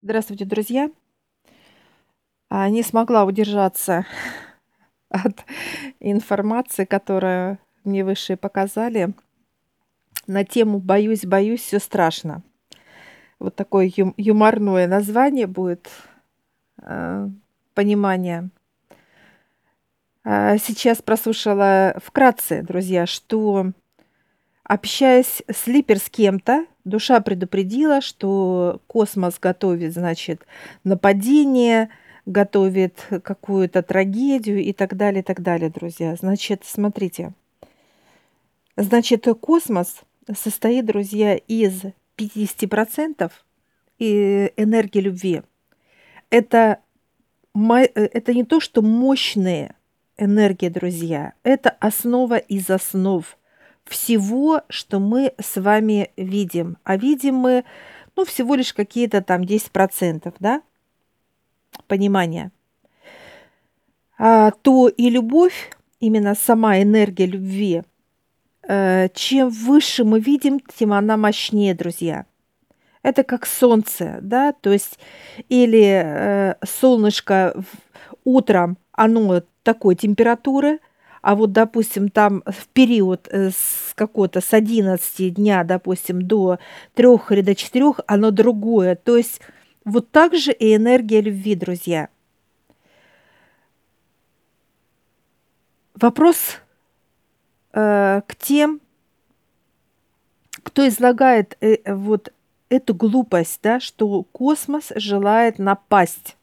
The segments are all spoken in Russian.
Здравствуйте, друзья! Не смогла удержаться от информации, которую мне высшие показали на тему "Боюсь, боюсь, все страшно". Вот такое юморное название будет, э, понимание. Сейчас прослушала вкратце, друзья, что, общаясь с кем-то, душа предупредила, что космос готовит, значит, нападение, готовит какую-то трагедию и так далее, друзья. Значит, смотрите. Значит, космос состоит, друзья, из 50% энергии любви. Это это не то, что мощные энергии, друзья. Это основа из основ всего, что мы с вами видим. А видим мы, ну, всего лишь какие-то там 10%, да, понимания. То и любовь, именно сама энергия любви, чем выше мы видим, тем она мощнее, друзья. Это как солнце, да, то есть или, солнышко утром, оно такой температуры, а вот, допустим, там в период, с 11 дня, допустим, до 3 или до 4 оно другое. То есть вот так же и энергия любви, друзья. Вопрос, к тем, кто излагает, вот эту глупость, да, что космос желает напасть.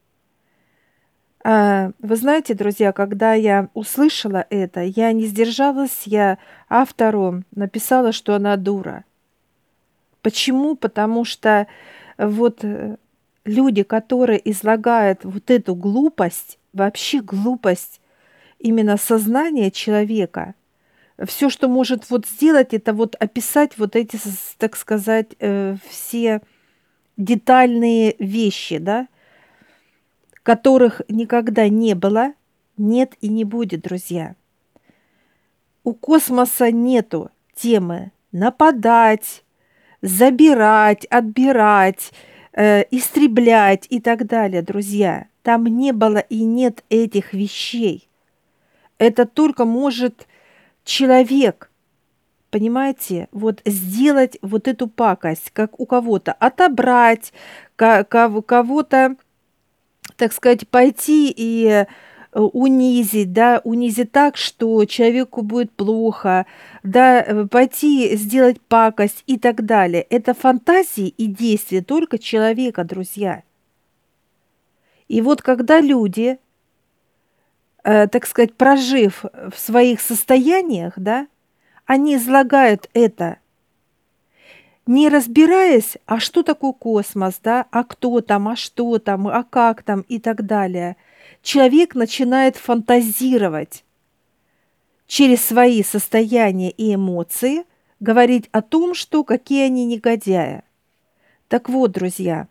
Вы знаете, друзья, когда я услышала это, я не сдержалась, я автору написала, что она дура. Почему? Потому что вот люди, которые излагают вот эту глупость, вообще глупость именно сознания человека, все, что может вот сделать, это вот описать вот эти, так сказать, все детальные вещи, да, которых никогда не было, нет и не будет, друзья. У космоса нету темы нападать, забирать, отбирать, истреблять и так далее, друзья. Там не было и нет этих вещей. Это только может человек, понимаете, вот сделать вот эту пакость, как у кого-то отобрать, кого-то, так сказать, пойти и унизить, да, унизить так, что человеку будет плохо, да, пойти сделать пакость и так далее. Это фантазии и действия только человека, друзья. И вот когда люди, так сказать, прожив в своих состояниях, да, они излагают это, не разбираясь, а что такое космос, да, а кто там, а что там, а как там и так далее. Человек начинает фантазировать через свои состояния и эмоции, говорить о том, что какие они негодяи. Так вот, друзья,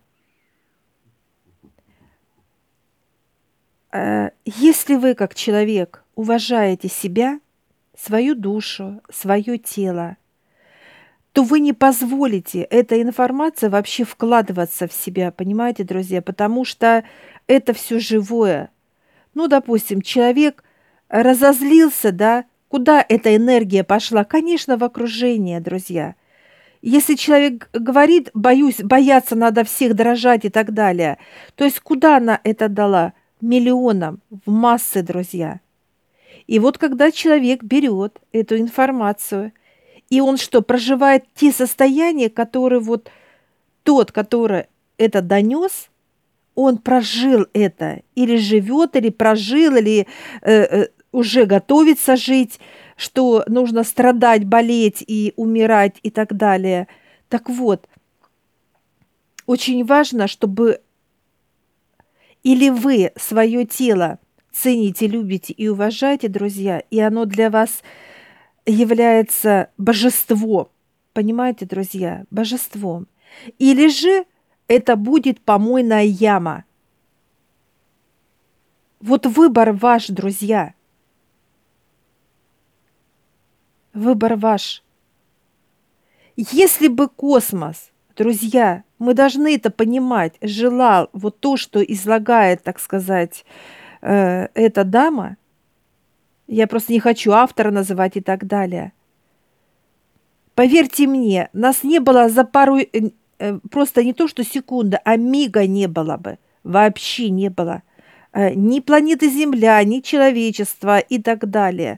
если вы как человек уважаете себя, свою душу, свое тело, то вы не позволите этой информации вообще вкладываться в себя, понимаете, друзья, потому что это все живое. Ну, допустим, человек разозлился, да, куда эта энергия пошла? Конечно, в окружение, друзья. Если человек говорит: "Боюсь, бояться надо всех, дрожать" и так далее, то есть куда она это дала? Миллионам, в массы, друзья. И вот когда человек берет эту информацию, и он что, проживает те состояния, которые вот тот, который это донес, он прожил это, или живет, или прожил, или уже готовится жить, что нужно страдать, болеть и умирать и так далее. Так вот, очень важно, чтобы или вы свое тело цените, любите и уважаете, друзья, и оно для вас является божеством. Понимаете, друзья, божеством. Или же это будет помойная яма. Вот выбор ваш, друзья. Выбор ваш. Если бы космос, друзья, Мы должны это понимать. Желал вот то, что излагает, так сказать, эта дама. Я просто не хочу автора называть и так далее. Поверьте мне, нас не было за пару, просто не то, что секунда, а мига не было бы. Вообще не было. Ни планеты Земля, ни человечества и так далее.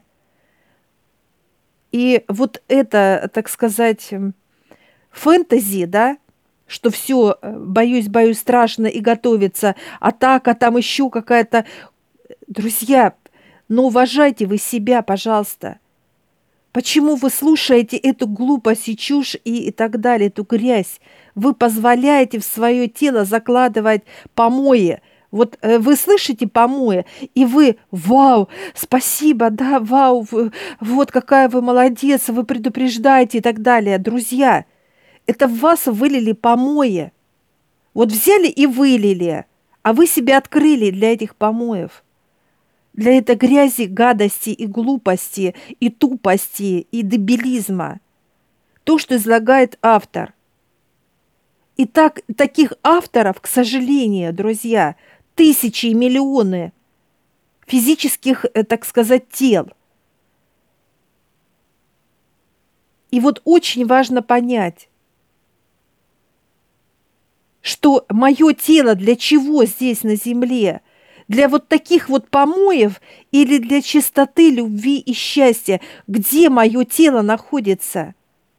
И вот это, так сказать, фэнтези, да, что все, боюсь, страшно и готовится, атака, там еще какая-то. Друзья, но уважайте вы себя, пожалуйста. Почему вы слушаете эту глупость и чушь и так далее, эту грязь? Вы позволяете в свое тело закладывать помои. Вот вы слышите помои, и вы, вау, спасибо, да, вау, вот какая вы молодец, вы предупреждаете и так далее. Друзья, это в вас вылили помои. Вот взяли и вылили, а вы себя открыли для этих помоев. Для этой грязи, гадости и глупости, и тупости, и дебилизма. То, что излагает автор. И таких авторов, к сожалению, друзья, тысячи и миллионы физических, так сказать, тел. И вот очень важно понять, что мое тело для чего здесь на земле? Для вот таких вот помоев или для чистоты, любви и счастья? Где мое тело находится?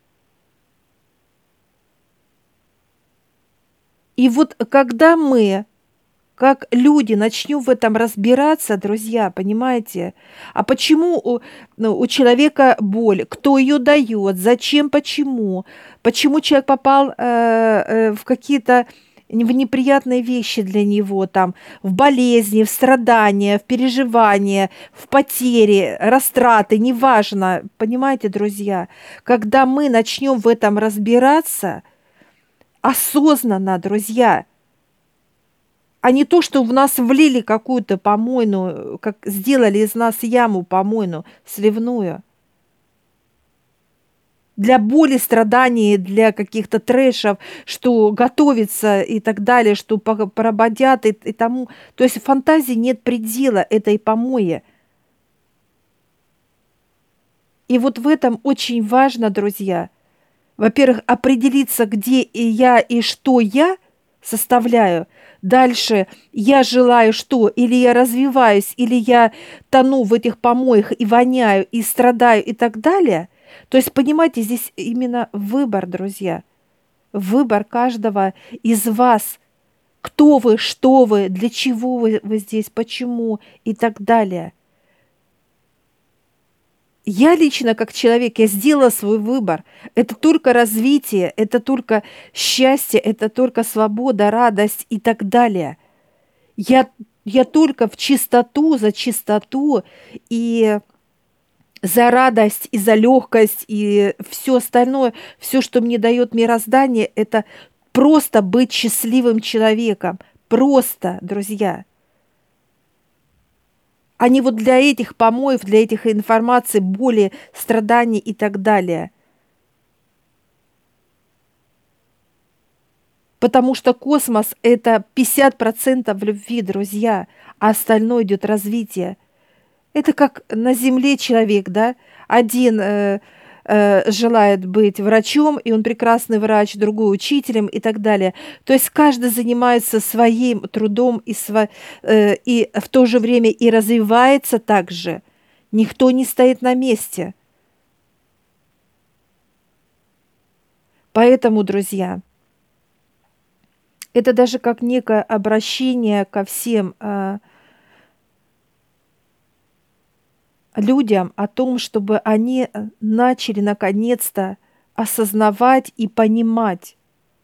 И вот когда мы, как люди, начнем в этом разбираться, друзья, понимаете? А почему у человека боль? Кто ее дает? Зачем? Почему? Почему человек попал в какие-то в неприятные вещи для него, там, в болезни, в страдания, в переживания, в потери, растраты, неважно, понимаете, друзья? Когда мы начнем в этом разбираться осознанно, друзья, а не то, что в нас влили какую-то помойную, как сделали из нас яму помойную, сливную. Для боли, страданий, для каких-то трэшев, что готовится и так далее, что поработят и тому. То есть фантазии нет предела этой помои. И вот в этом очень важно, друзья, во-первых, определиться, где и я, и что я составляю. Дальше я желаю что? Или я развиваюсь, или я тону в этих помоях и воняю, и страдаю, и так далее. То есть, понимаете, здесь именно выбор, друзья. Выбор каждого из вас. Кто вы, что вы, для чего вы здесь, почему и так далее. Я лично, как человек, я сделала свой выбор. Это только развитие, это только счастье, это только свобода, радость и так далее. Я только в чистоту, за чистоту и за радость, и за легкость, и все остальное, все, что мне дает мироздание, это просто быть счастливым человеком. Просто, друзья. А не вот для этих помоев, для этих информаций, боли, страданий и так далее. Потому что космос– это 50% любви, друзья, а остальное идет развитие. Это как на Земле человек, да? Один желает быть врачом, и он прекрасный врач, другой учителем и так далее. То есть каждый занимается своим трудом и в то же время и развивается также. Никто не стоит на месте. Поэтому, друзья, это даже как некое обращение ко всем людям о том, чтобы они начали наконец-то осознавать и понимать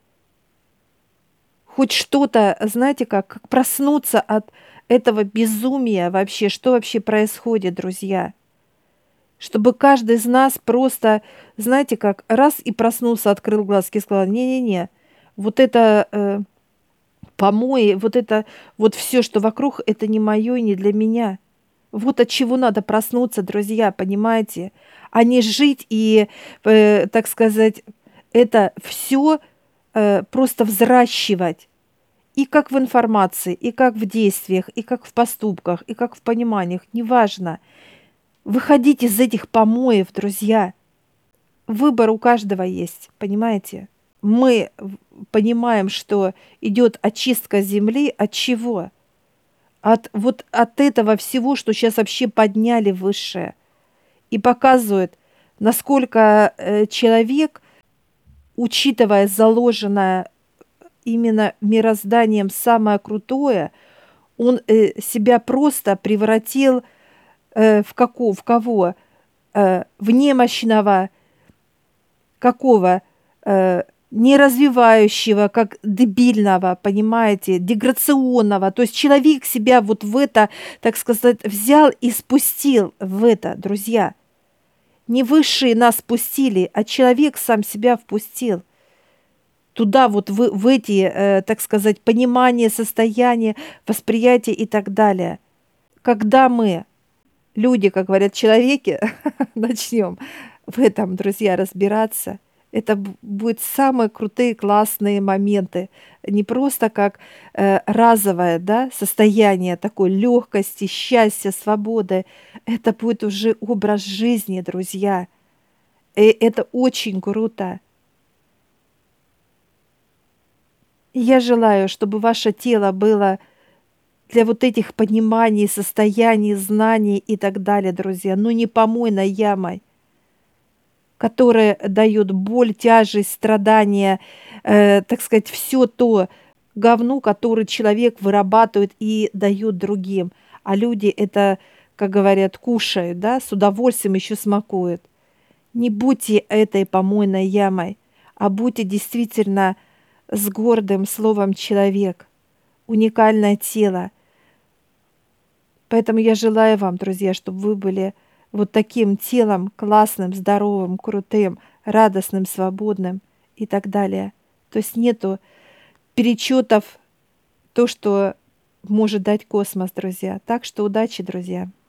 хоть что-то, знаете, как проснуться от этого безумия вообще, что вообще происходит, друзья. Чтобы каждый из нас просто, знаете, как раз и проснулся, открыл глазки и сказал, не-не-не, вот это помои, вот это вот все, что вокруг, это не мое и не для меня. Вот от чего надо проснуться, друзья, понимаете? А не жить и, так сказать, это все просто взращивать и как в информации, и как в действиях, и как в поступках, и как в пониманиях, неважно. Выходите из этих помоев, друзья. Выбор у каждого есть, понимаете? Мы понимаем, что идет очистка земли от чего? От этого всего, что сейчас вообще подняли высшее. И показывают, насколько человек, учитывая заложенное именно мирозданием самое крутое, он себя просто превратил в кого? В немощного, какого? Не развивающего, как дебильного, понимаете, деградационного. То есть человек себя вот в это, так сказать, взял и спустил в это, друзья. Не высшие нас спустили, а человек сам себя впустил туда, вот в эти, так сказать, понимания, состояния, восприятия и так далее. Когда мы, люди, как говорят, человеки, начнем в этом, друзья, разбираться, это будут самые крутые, классные моменты. Не просто как разовое, да, состояние такой легкости, счастья, свободы. Это будет уже образ жизни, друзья. И это очень круто. И я желаю, чтобы ваше тело было для вот этих пониманий, состояний, знаний и так далее, друзья. Но не помойной ямой, которая дает боль, тяжесть, страдания, так сказать, все то говно, которое человек вырабатывает и дает другим. А люди это, как говорят, кушают, да, с удовольствием еще смакуют. Не будьте этой помойной ямой, а будьте действительно с гордым словом человек, уникальное тело. Поэтому я желаю вам, друзья, чтобы вы были вот таким телом классным, здоровым, крутым, радостным, свободным и так далее. То есть нету перечетов то, что может дать космос, друзья. Так что удачи, друзья.